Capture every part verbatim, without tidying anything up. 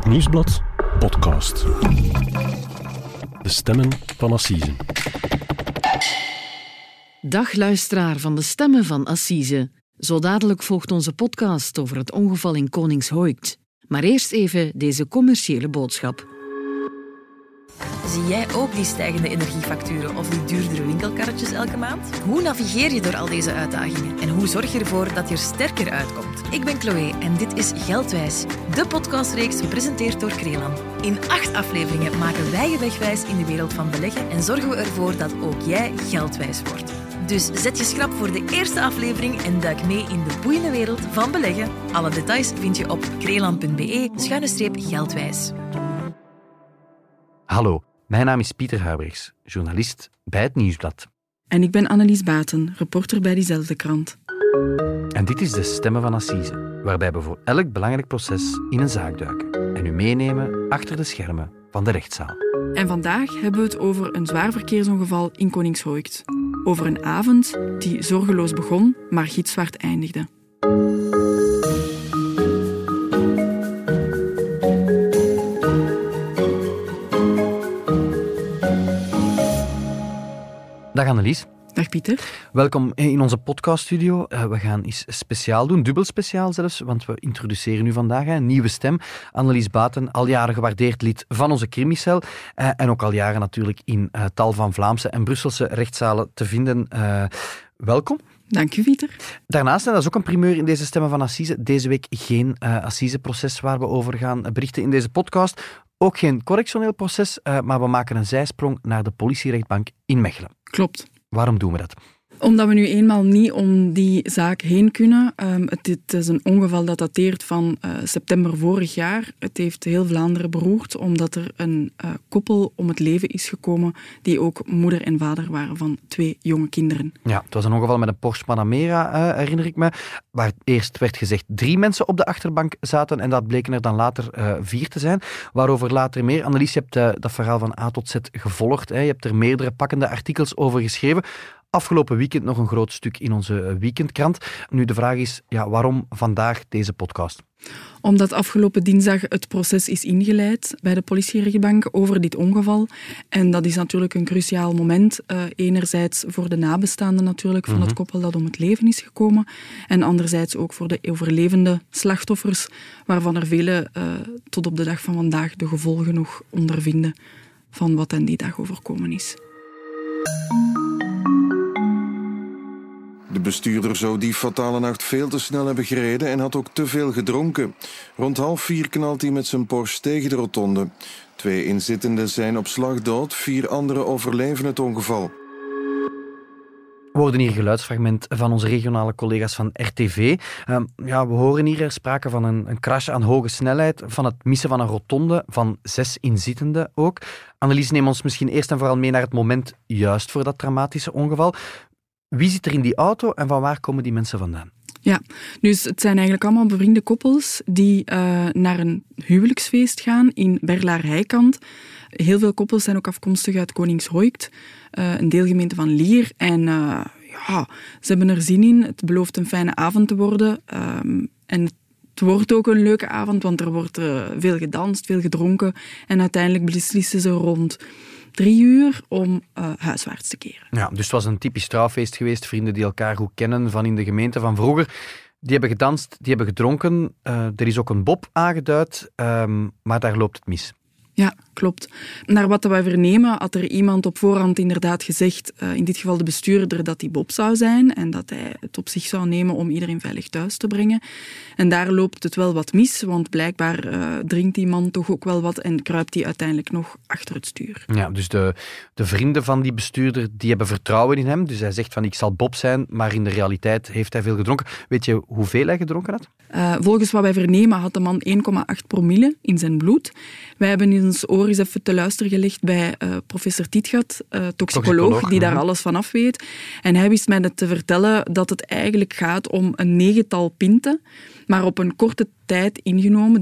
Nieuwsblad podcast. De stemmen van Assise. Dag luisteraar van de stemmen van Assise. Zo dadelijk volgt onze podcast over het ongeval in Koningshoekt. Maar eerst even deze commerciële boodschap. Zie jij ook die stijgende energiefacturen of die duurdere winkelkarretjes elke maand? Hoe navigeer je door al deze uitdagingen? En hoe zorg je ervoor dat je er sterker uitkomt? Ik ben Chloe en dit is Geldwijs, de podcastreeks gepresenteerd door Crelan. In acht afleveringen maken wij je wegwijs in de wereld van beleggen en zorgen we ervoor dat ook jij geldwijs wordt. Dus zet je schrap voor de eerste aflevering en duik mee in de boeiende wereld van beleggen. Alle details vind je op crelan.be schuine streep geldwijs. Hallo, mijn naam is Pieter Huybrechts, journalist bij het Nieuwsblad. En ik ben Annelies Baten, reporter bij diezelfde krant. En dit is de Stemmen van Assise, waarbij we voor elk belangrijk proces in een zaak duiken en u meenemen achter de schermen van de rechtszaal. En vandaag hebben we het over een zwaar verkeersongeval in Koningshoekt. Over een avond die zorgeloos begon, maar gitzwart eindigde. Dag Annelies. Dag Pieter. Welkom in onze podcaststudio. Uh, we gaan iets speciaal doen, dubbel speciaal zelfs, want we introduceren nu vandaag een nieuwe stem. Annelies Baten, al jaren gewaardeerd lid van onze crimicel uh, en ook al jaren natuurlijk in uh, tal van Vlaamse en Brusselse rechtszalen te vinden. Uh, welkom. Dank u, Pieter. Daarnaast, en dat is ook een primeur in deze Stemmen van Assise, deze week geen uh, Assise-proces waar we over gaan berichten in deze podcast. Ook geen correctioneel proces, uh, maar we maken een zijsprong naar de politierechtbank in Mechelen. Klopt. Waarom doen we dat? Omdat we nu eenmaal niet om die zaak heen kunnen. Um, het, het is een ongeval dat dateert van uh, september vorig jaar. Het heeft heel Vlaanderen beroerd, omdat er een uh, koppel om het leven is gekomen die ook moeder en vader waren van twee jonge kinderen. Ja, het was een ongeval met een Porsche Panamera, uh, herinner ik me, waar eerst werd gezegd drie mensen op de achterbank zaten en dat bleken er dan later uh, vier te zijn. Waarover later meer. Annelies, je hebt uh, dat verhaal van A tot Z gevolgd. Hè. Je hebt er meerdere pakkende artikels over geschreven. Afgelopen weekend nog een groot stuk in onze weekendkrant. Nu, de vraag is, ja, waarom vandaag deze podcast? Omdat afgelopen dinsdag het proces is ingeleid bij de politierechtbank over dit ongeval. En dat is natuurlijk een cruciaal moment. Uh, enerzijds voor de nabestaanden natuurlijk van mm-hmm. het koppel dat om het leven is gekomen. En anderzijds ook voor de overlevende slachtoffers, waarvan er velen uh, tot op de dag van vandaag de gevolgen nog ondervinden van wat hen die dag overkomen is. De bestuurder zou die fatale nacht veel te snel hebben gereden en had ook te veel gedronken. Rond half vier knalt hij met zijn Porsche tegen de rotonde. Twee inzittenden zijn op slag dood, vier anderen overleven het ongeval. We hoorden hier een geluidsfragment van onze regionale collega's van R T V. Um, ja, we horen hier sprake van een, een crash aan hoge snelheid, van het missen van een rotonde, van zes inzittenden ook. Annelies, neem ons misschien eerst en vooral mee naar het moment juist voor dat dramatische ongeval. Wie zit er in die auto en van waar komen die mensen vandaan? Ja, dus het zijn eigenlijk allemaal bevriende koppels die uh, naar een huwelijksfeest gaan in Berlaar-Heikant. Heel veel koppels zijn ook afkomstig uit Koningshoekt, uh, een deelgemeente van Lier. En uh, ja, ze hebben er zin in. Het belooft een fijne avond te worden. Um, en het wordt ook een leuke avond, want er wordt uh, veel gedanst, veel gedronken. En uiteindelijk beslissen ze rond drie uur om uh, huiswaarts te keren. Ja, dus het was een typisch trouwfeest geweest. Vrienden die elkaar goed kennen van in de gemeente van vroeger. Die hebben gedanst, die hebben gedronken. Uh, er is ook een bob aangeduid, um, maar daar loopt het mis. Ja, klopt. Naar wat wij vernemen had er iemand op voorhand inderdaad gezegd, uh, in dit geval de bestuurder, dat hij Bob zou zijn en dat hij het op zich zou nemen om iedereen veilig thuis te brengen. En daar loopt het wel wat mis, want blijkbaar uh, drinkt die man toch ook wel wat en kruipt hij uiteindelijk nog achter het stuur. Ja, dus de, de vrienden van die bestuurder, die hebben vertrouwen in hem. Dus hij zegt van, ik zal Bob zijn, maar in de realiteit heeft hij veel gedronken. Weet je hoeveel hij gedronken had? Uh, volgens wat wij vernemen had de man één komma acht promille in zijn bloed. Wij hebben in ons oor eens even te luisteren gelegd bij uh, professor Tietgat, uh, toxicoloog, toxicoloog, die daar alles van af weet. En hij wist mij te vertellen dat het eigenlijk gaat om een negental pinten, maar op een korte tijd ingenomen, dus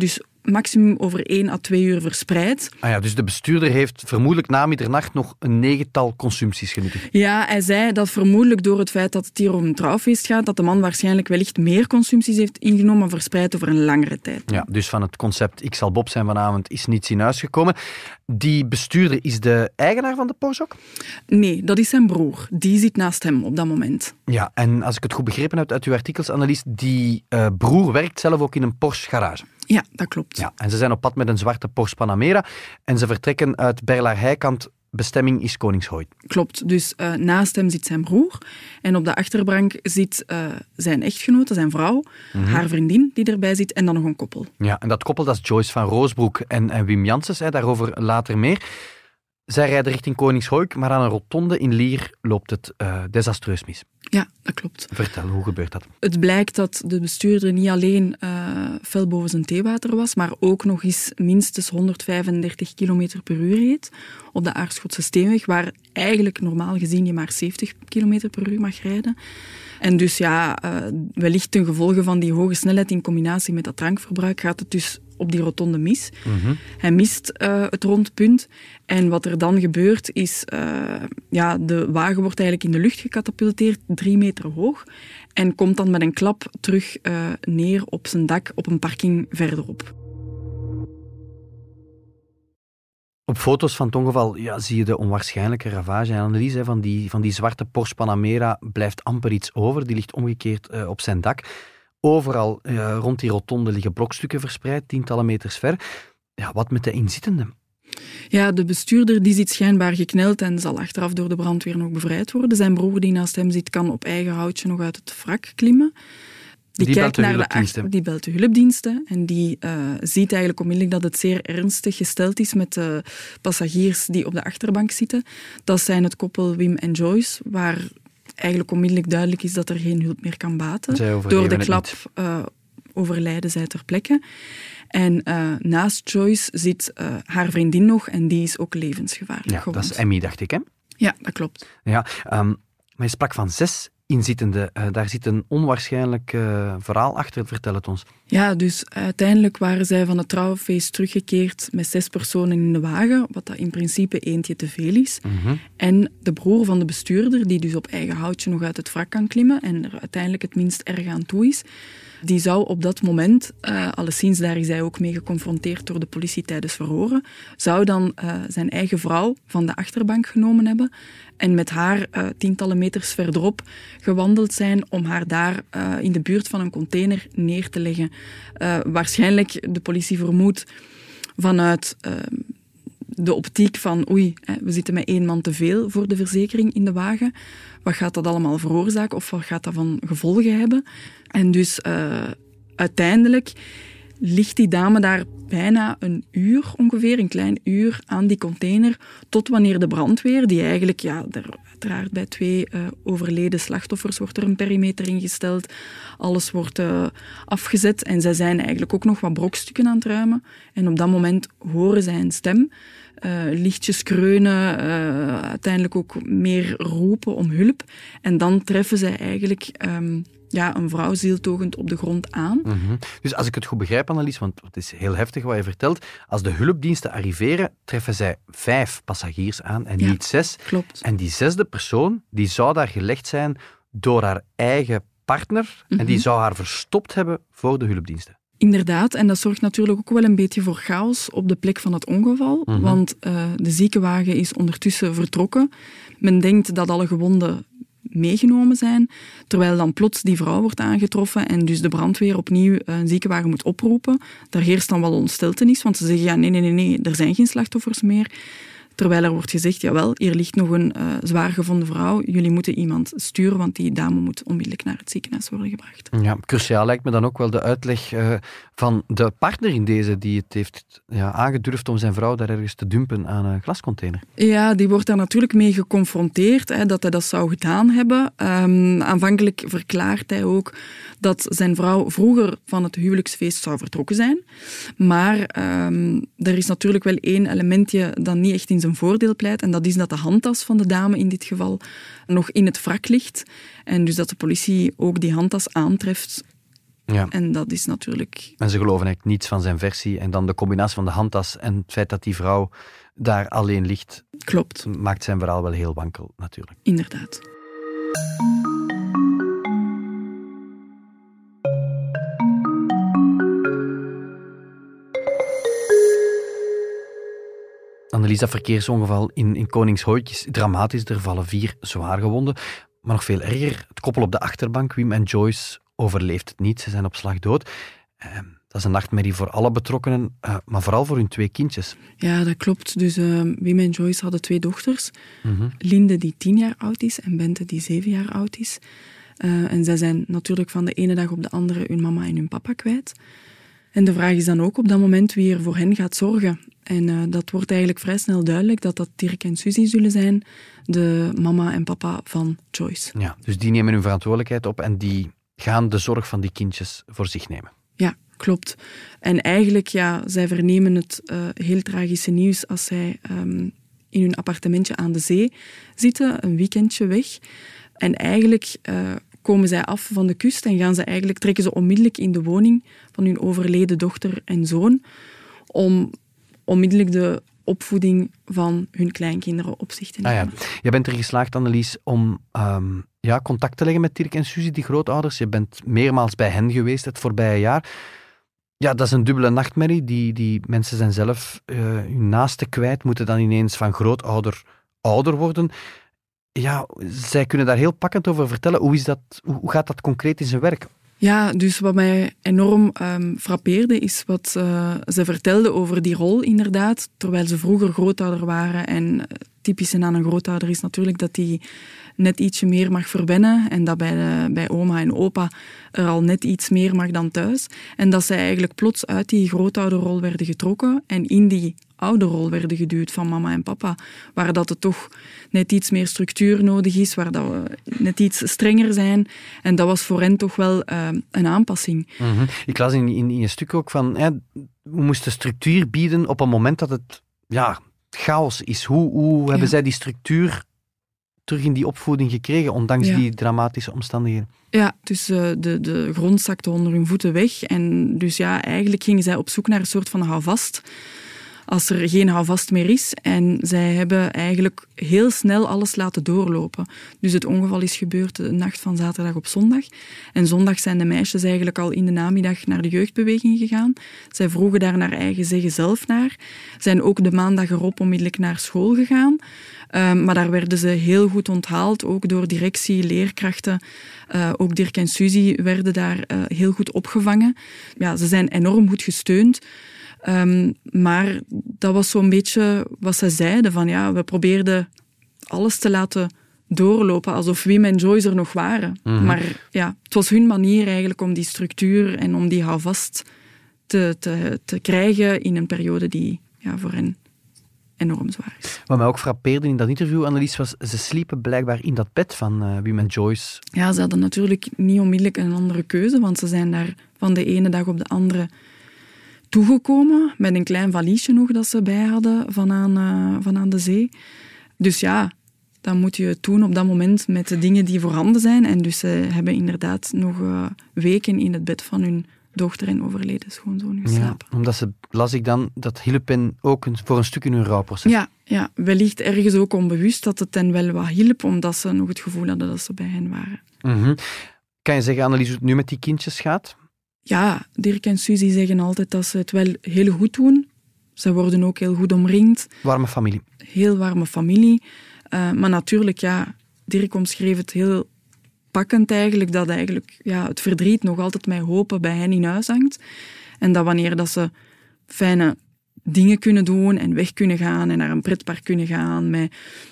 maximum over één à twee uur verspreid. Ah ja, dus de bestuurder heeft vermoedelijk na middernacht nog een negental consumpties genuttigd. Ja, hij zei dat vermoedelijk door het feit dat het hier om een trouwfeest gaat, dat de man waarschijnlijk wellicht meer consumpties heeft ingenomen, maar verspreid over een langere tijd. Ja, dus van het concept ik zal Bob zijn vanavond is niets in huis gekomen. Die bestuurder is de eigenaar van de Porsche ook? Nee, dat is zijn broer. Die zit naast hem op dat moment. Ja, en als ik het goed begrepen heb uit uw artikels, Annelies, die uh, broer werkt zelf ook in een Porsche garage. Ja, dat klopt. Ja, en ze zijn op pad met een zwarte Porsche Panamera en ze vertrekken uit Berlaar-Heikant. Bestemming is Koningshooik. Klopt, dus uh, naast hem zit zijn broer en op de achterbank zit uh, zijn echtgenote, zijn vrouw, mm-hmm. haar vriendin die erbij zit en dan nog een koppel. Ja, en dat koppel dat is Joyce van Roosbroek en, en Wim Janssens, hè, daarover later meer. Zij rijden richting Koningshooik, maar aan een rotonde in Lier loopt het uh, desastreus mis. Ja, dat klopt. Vertel, hoe gebeurt dat? Het blijkt dat de bestuurder niet alleen uh, fel boven zijn theewater was, maar ook nog eens minstens honderdvijfendertig kilometer per uur reed op de Aarschotse Steenweg, waar eigenlijk normaal gezien je maar zeventig kilometer per uur mag rijden. En dus ja, uh, wellicht ten gevolge van die hoge snelheid in combinatie met dat drankverbruik gaat het dus op die rotonde mis. Mm-hmm. Hij mist uh, het rondpunt. En wat er dan gebeurt is... Uh, ja, de wagen wordt eigenlijk in de lucht gecatapulteerd, drie meter hoog. En komt dan met een klap terug uh, neer op zijn dak op een parking verderop. Op foto's van het ongeval ja, zie je de onwaarschijnlijke ravage en analyse van die, van die zwarte Porsche Panamera. Blijft amper iets over. Die ligt omgekeerd uh, op zijn dak. Overal uh, rond die rotonde liggen blokstukken verspreid, tientallen meters ver. Ja, wat met de inzittenden? Ja, de bestuurder die zit schijnbaar gekneld en zal achteraf door de brandweer nog bevrijd worden. Zijn broer die naast hem zit kan op eigen houtje nog uit het wrak klimmen. Die, die kijkt naar de achter, die belt de hulpdiensten en die uh, ziet eigenlijk onmiddellijk dat het zeer ernstig gesteld is met de passagiers die op de achterbank zitten. Dat zijn het koppel Wim en Joyce, waar eigenlijk onmiddellijk duidelijk is dat er geen hulp meer kan baten. Door de klap uh, overlijden zij ter plekke. En uh, naast Joyce zit uh, haar vriendin nog en die is ook levensgevaarlijk ja, gewond. Dat is Emmy, dacht ik, hè? Ja, dat klopt. Ja, um, maar je sprak van zes inzittenden. Uh, daar zit een onwaarschijnlijk uh, verhaal achter. Vertel het ons. Ja, dus uiteindelijk waren zij van het trouwfeest teruggekeerd met zes personen in de wagen, wat dat in principe eentje te veel is. Mm-hmm. En de broer van de bestuurder, die dus op eigen houtje nog uit het wrak kan klimmen en er uiteindelijk het minst erg aan toe is, die zou op dat moment, uh, alleszins daar is hij ook mee geconfronteerd door de politie tijdens verhoren, zou dan uh, zijn eigen vrouw van de achterbank genomen hebben en met haar uh, tientallen meters verderop gewandeld zijn om haar daar uh, in de buurt van een container neer te leggen. Uh, waarschijnlijk, de politie vermoedt, vanuit uh, de optiek van oei, hè, we zitten met één man te veel voor de verzekering in de wagen. Wat gaat dat allemaal veroorzaken of wat gaat dat van gevolgen hebben? En dus uh, uiteindelijk ligt die dame daar bijna een uur ongeveer, een klein uur aan die container, tot wanneer de brandweer, die eigenlijk, ja, er, uiteraard bij twee uh, overleden slachtoffers wordt er een perimeter ingesteld, alles wordt uh, afgezet en zij zijn eigenlijk ook nog wat brokstukken aan het ruimen. En op dat moment horen zij een stem, uh, lichtjes kreunen, uh, uiteindelijk ook meer roepen om hulp. En dan treffen zij eigenlijk Um, ja, een vrouw zieltogend op de grond aan. Mm-hmm. Dus als ik het goed begrijp, Annelies, want het is heel heftig wat je vertelt, als de hulpdiensten arriveren, treffen zij vijf passagiers aan en ja, niet zes. Klopt. En die zesde persoon, die zou daar gelegd zijn door haar eigen partner mm-hmm. en die zou haar verstopt hebben voor de hulpdiensten. Inderdaad, en dat zorgt natuurlijk ook wel een beetje voor chaos op de plek van het ongeval, mm-hmm. want uh, de ziekenwagen is ondertussen vertrokken. Men denkt dat alle gewonden meegenomen zijn, terwijl dan plots die vrouw wordt aangetroffen en dus de brandweer opnieuw een ziekenwagen moet oproepen. Daar heerst dan wel ontsteltenis, want ze zeggen ja, nee, nee, nee, nee, er zijn geen slachtoffers meer. Terwijl er wordt gezegd, jawel, hier ligt nog een uh, zwaar gevonden vrouw, jullie moeten iemand sturen, want die dame moet onmiddellijk naar het ziekenhuis worden gebracht. Ja, cruciaal lijkt me dan ook wel de uitleg uh, van de partner in deze, die het heeft ja, aangedurfd om zijn vrouw daar ergens te dumpen aan een glascontainer. Ja, die wordt daar natuurlijk mee geconfronteerd, hè, dat hij dat zou gedaan hebben. Um, aanvankelijk verklaart hij ook dat zijn vrouw vroeger van het huwelijksfeest zou vertrokken zijn. Maar um, er is natuurlijk wel één elementje dat niet echt in zijn voordeel pleit, en dat is dat de handtas van de dame in dit geval nog in het wrak ligt. En dus dat de politie ook die handtas aantreft Ja. En dat is natuurlijk... En ze geloven eigenlijk niets van zijn versie. En dan de combinatie van de handtas en het feit dat die vrouw daar alleen ligt... Klopt. Maakt zijn verhaal wel heel wankel, natuurlijk. Inderdaad. Annelies, dat verkeersongeval in, in Koningshoik is dramatisch. Er vallen vier zwaar gewonden. Maar nog veel erger, het koppel op de achterbank, Wim en Joyce, overleeft het niet. Ze zijn op slag dood. Uh, dat is een nachtmerrie voor alle betrokkenen, uh, maar vooral voor hun twee kindjes. Ja, dat klopt. Dus uh, Wim en Joyce hadden twee dochters. Mm-hmm. Linde, die tien jaar oud is, en Bente, die zeven jaar oud is. Uh, en zij zijn natuurlijk van de ene dag op de andere hun mama en hun papa kwijt. En de vraag is dan ook op dat moment wie er voor hen gaat zorgen. En uh, dat wordt eigenlijk vrij snel duidelijk dat dat Dirk en Suzy zullen zijn, de mama en papa van Joyce. Ja, dus die nemen hun verantwoordelijkheid op en die gaan de zorg van die kindjes voor zich nemen. Ja, klopt. En eigenlijk, ja, zij vernemen het uh, heel tragische nieuws als zij um, in hun appartementje aan de zee zitten, een weekendje weg. En eigenlijk... Uh, komen zij af van de kust en gaan ze eigenlijk, trekken ze onmiddellijk in de woning van hun overleden dochter en zoon om onmiddellijk de opvoeding van hun kleinkinderen op zich te nemen. Ah ja. Je bent er geslaagd, Annelies, om um, ja, contact te leggen met Dirk en Suzy, die grootouders. Je bent meermaals bij hen geweest het voorbije jaar. Ja, dat is een dubbele nachtmerrie. Die, die mensen zijn zelf uh, hun naaste kwijt, moeten dan ineens van grootouder ouder worden. Ja, zij kunnen daar heel pakkend over vertellen. Hoe, is dat, hoe gaat dat concreet in zijn werk? Ja, dus wat mij enorm um, frappeerde is wat uh, ze vertelde over die rol inderdaad, terwijl ze vroeger grootouder waren. En uh, typisch aan een grootouder is natuurlijk dat die net ietsje meer mag verwennen en dat bij, de, bij oma en opa er al net iets meer mag dan thuis. En dat zij eigenlijk plots uit die grootouderrol werden getrokken en in die ouderrol werden geduwd van mama en papa, waar dat het toch net iets meer structuur nodig is, waar dat we net iets strenger zijn. En dat was voor hen toch wel uh, een aanpassing. Mm-hmm. Ik las in, in, in je stuk ook van, ja, we moesten structuur bieden op een moment dat het ja, chaos is. Hoe, hoe hebben ja. zij die structuur terug in die opvoeding gekregen, ondanks ja. die dramatische omstandigheden? Ja, dus uh, de, de grond zakte onder hun voeten weg. En dus ja, eigenlijk gingen zij op zoek naar een soort van houvast. Als er geen houvast meer is. En zij hebben eigenlijk heel snel alles laten doorlopen. Dus het ongeval is gebeurd de nacht van zaterdag op zondag. En zondag zijn de meisjes eigenlijk al in de namiddag naar de jeugdbeweging gegaan. Zij vroegen daar naar eigen zeggen zelf naar. Zijn ook de maandag erop onmiddellijk naar school gegaan. Um, maar daar werden ze heel goed onthaald, ook door directie, leerkrachten. Uh, ook Dirk en Suzy werden daar uh, heel goed opgevangen. Ja, ze zijn enorm goed gesteund. Um, maar dat was zo'n beetje wat ze zeiden, van ja, we probeerden alles te laten doorlopen, alsof Wim en Joyce er nog waren. Mm-hmm. Maar ja, het was hun manier eigenlijk om die structuur en om die houvast te, te, te krijgen in een periode die ja, voor hen enorm zwaar is. Wat mij ook frappeerde in dat interview, Annelies, was ze sliepen blijkbaar in dat bed van uh, Wim en Joyce. Ja, ze hadden natuurlijk niet onmiddellijk een andere keuze, want ze zijn daar van de ene dag op de andere toegekomen, met een klein valiesje nog dat ze bij hadden van aan, uh, van aan de zee. Dus ja, dan moet je het doen op dat moment met de dingen die voorhanden zijn. En dus ze hebben inderdaad nog uh, weken in het bed van hun dochter en overleden schoonzoon geslapen. Ja, omdat ze, las ik dan, dat hielp hen ook een, voor een stuk in hun rouwproces. Ja, ja, wellicht ergens ook onbewust dat het hen wel wat hielp, omdat ze nog het gevoel hadden dat ze bij hen waren. Mm-hmm. Kan je zeggen, Annelies, hoe het nu met die kindjes gaat? Ja, Dirk en Suzy zeggen altijd dat ze het wel heel goed doen. Ze worden ook heel goed omringd. Warme familie. Heel warme familie. Uh, maar natuurlijk, ja, Dirk omschreef het heel pakkend eigenlijk, dat eigenlijk ja, het verdriet nog altijd met hopen bij hen in huis hangt. En dat wanneer dat ze fijne dingen kunnen doen en weg kunnen gaan en naar een pretpark kunnen gaan met,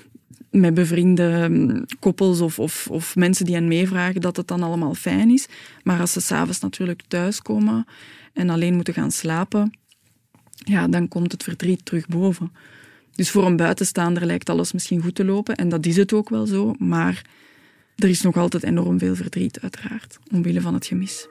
met bevriende koppels of, of, of mensen die hen meevragen, dat het dan allemaal fijn is. Maar als ze s'avonds natuurlijk thuiskomen en alleen moeten gaan slapen, ja, dan komt het verdriet terug boven. Dus voor een buitenstaander lijkt alles misschien goed te lopen en dat is het ook wel zo, maar er is nog altijd enorm veel verdriet, uiteraard, omwille van het gemis.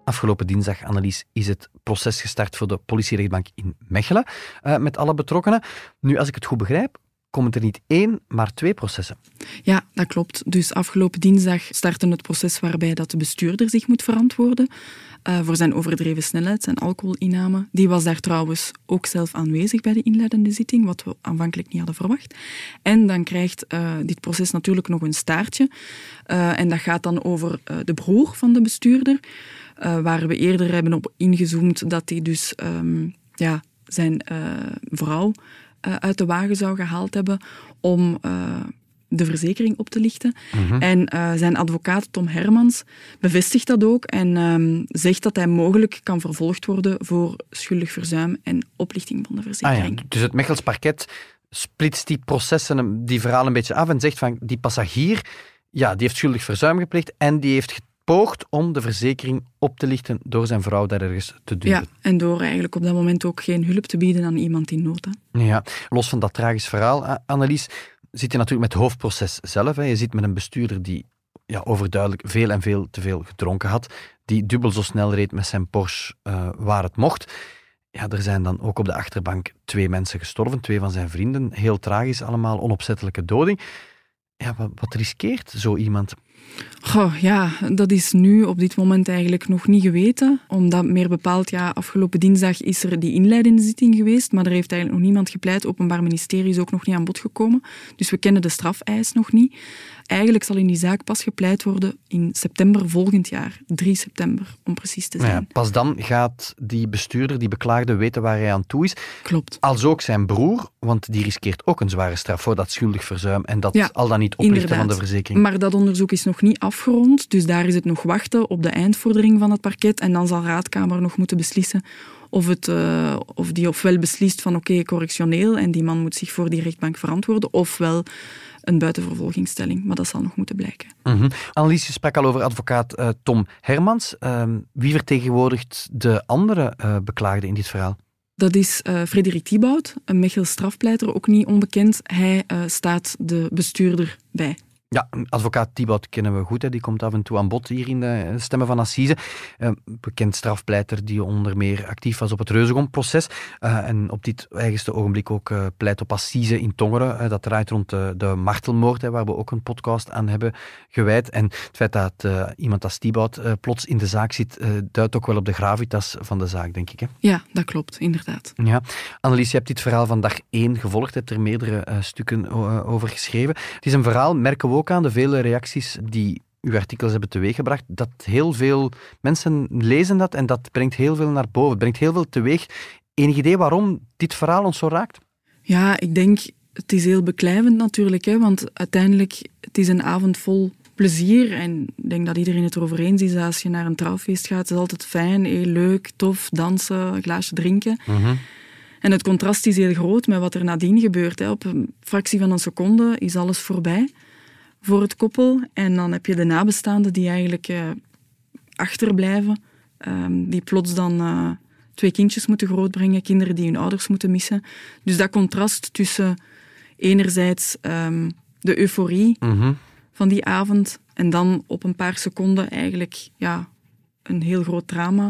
Afgelopen dinsdag, Annelies, is het proces gestart voor de politierechtbank in Mechelen uh, met alle betrokkenen. Nu, als ik het goed begrijp, komen er niet één, maar twee processen. Ja, dat klopt. Dus afgelopen dinsdag startte het proces waarbij dat de bestuurder zich moet verantwoorden uh, voor zijn overdreven snelheid, zijn alcoholinname. Die was daar trouwens ook zelf aanwezig bij de inleidende zitting, wat we aanvankelijk niet hadden verwacht. En dan krijgt uh, dit proces natuurlijk nog een staartje. Uh, en dat gaat dan over uh, de broer van de bestuurder, uh, waar we eerder hebben op ingezoomd dat hij dus um, ja, zijn uh, vrouw Uh, uit de wagen zou gehaald hebben om uh, de verzekering op te lichten. Mm-hmm. En uh, zijn advocaat Tom Hermans bevestigt dat ook en um, zegt dat hij mogelijk kan vervolgd worden voor schuldig verzuim en oplichting van de verzekering. Ah ja, dus het Mechels parket splitst die processen, die verhalen een beetje af en zegt van die passagier, ja, die heeft schuldig verzuim gepleegd en die heeft poogt om de verzekering op te lichten door zijn vrouw daar ergens te duwen. Ja, en door eigenlijk op dat moment ook geen hulp te bieden aan iemand in nood. Hè. Ja, los van dat tragisch verhaal, Annelies, zit je natuurlijk met het hoofdproces zelf. Hè. Je zit met een bestuurder die ja, overduidelijk veel en veel te veel gedronken had, die dubbel zo snel reed met zijn Porsche uh, waar het mocht. Ja, er zijn dan ook op de achterbank twee mensen gestorven, twee van zijn vrienden. Heel tragisch allemaal, onopzettelijke doding. Ja, wat, wat riskeert zo iemand? Goh, ja, dat is nu op dit moment eigenlijk nog niet geweten. Omdat meer bepaald, ja, afgelopen dinsdag is er die inleidende zitting geweest, maar er heeft eigenlijk nog niemand gepleit. Het Openbaar Ministerie is ook nog niet aan bod gekomen. Dus we kennen de strafeis nog niet. Eigenlijk zal in die zaak pas gepleit worden in september volgend jaar. drie september, om precies te zijn. Ja, pas dan gaat die bestuurder, die beklaagde, weten waar hij aan toe is. Klopt. Als ook zijn broer, want die riskeert ook een zware straf voor dat schuldig verzuim en dat ja, al dan niet oplichten inderdaad. van de verzekering. Maar dat onderzoek is nog niet afgerond, dus daar is het nog wachten op de eindvordering van het parket en dan zal de Raadkamer nog moeten beslissen of, het, uh, of die ofwel beslist van oké, okay, correctioneel en die man moet zich voor die rechtbank verantwoorden, ofwel een buitenvervolgingsstelling, maar dat zal nog moeten blijken. Mm-hmm. Annelies, je sprak al over advocaat uh, Tom Hermans. Uh, wie vertegenwoordigt de andere uh, beklaagden in dit verhaal? Dat is uh, Frederik Thibaut, een Mechels strafpleiter, ook niet onbekend. Hij uh, staat de bestuurder bij. Ja, advocaat Thibaut kennen we goed. Hè. Die komt af en toe aan bod hier in de Stemmen van Assise. Uh, bekend strafpleiter die onder meer actief was op het Reuzegom-proces. Uh, en op dit eigenste ogenblik ook uh, pleit op Assise in Tongeren. Uh, dat draait rond de, de martelmoord, hè, waar we ook een podcast aan hebben gewijd. En het feit dat uh, iemand als Thibaut uh, plots in de zaak zit, uh, duidt ook wel op de gravitas van de zaak, denk ik. Hè? Ja, dat klopt, inderdaad. Ja. Annelies, je hebt dit verhaal van dag één gevolgd. Je hebt er meerdere uh, stukken uh, over geschreven. Het is een verhaal, merken we ook aan de vele reacties die uw artikels hebben teweeggebracht, dat heel veel mensen lezen dat en dat brengt heel veel naar boven. Het brengt heel veel teweeg. Enig idee waarom dit verhaal ons zo raakt? Ja, ik denk, het is heel beklijvend natuurlijk, hè, want uiteindelijk, het is een avond vol plezier en ik denk dat iedereen het erover eens is dat als je naar een trouwfeest gaat, het is altijd fijn, heel leuk, tof, dansen, een glaasje drinken. Mm-hmm. En het contrast is heel groot met wat er nadien gebeurt. Hè. Op een fractie van een seconde is alles voorbij voor het koppel. En dan heb je de nabestaanden die eigenlijk uh, achterblijven. Um, die plots dan uh, twee kindjes moeten grootbrengen. Kinderen die hun ouders moeten missen. Dus dat contrast tussen enerzijds um, de euforie mm-hmm. van die avond en dan op een paar seconden eigenlijk ja, een heel groot drama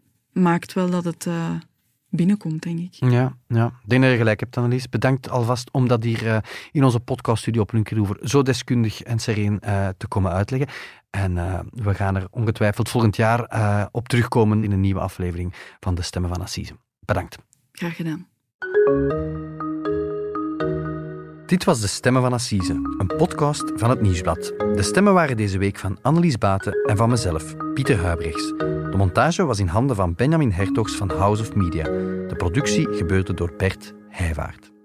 maakt wel dat het uh, binnenkomt, denk ik. Ja, ja, ik denk dat je gelijk hebt, Annelies. Bedankt alvast om dat hier uh, in onze podcaststudio op Lunkeroever zo deskundig en sereen uh, te komen uitleggen. En uh, we gaan er ongetwijfeld volgend jaar uh, op terugkomen in een nieuwe aflevering van de Stemmen van Assise. Bedankt. Graag gedaan. Dit was de Stemmen van Assise, een podcast van het Nieuwsblad. De stemmen waren deze week van Annelies Baten en van mezelf, Pieter Huybrechts. De montage was in handen van Benjamin Hertogs van House of Media. De productie gebeurde door Bert Heijvaart.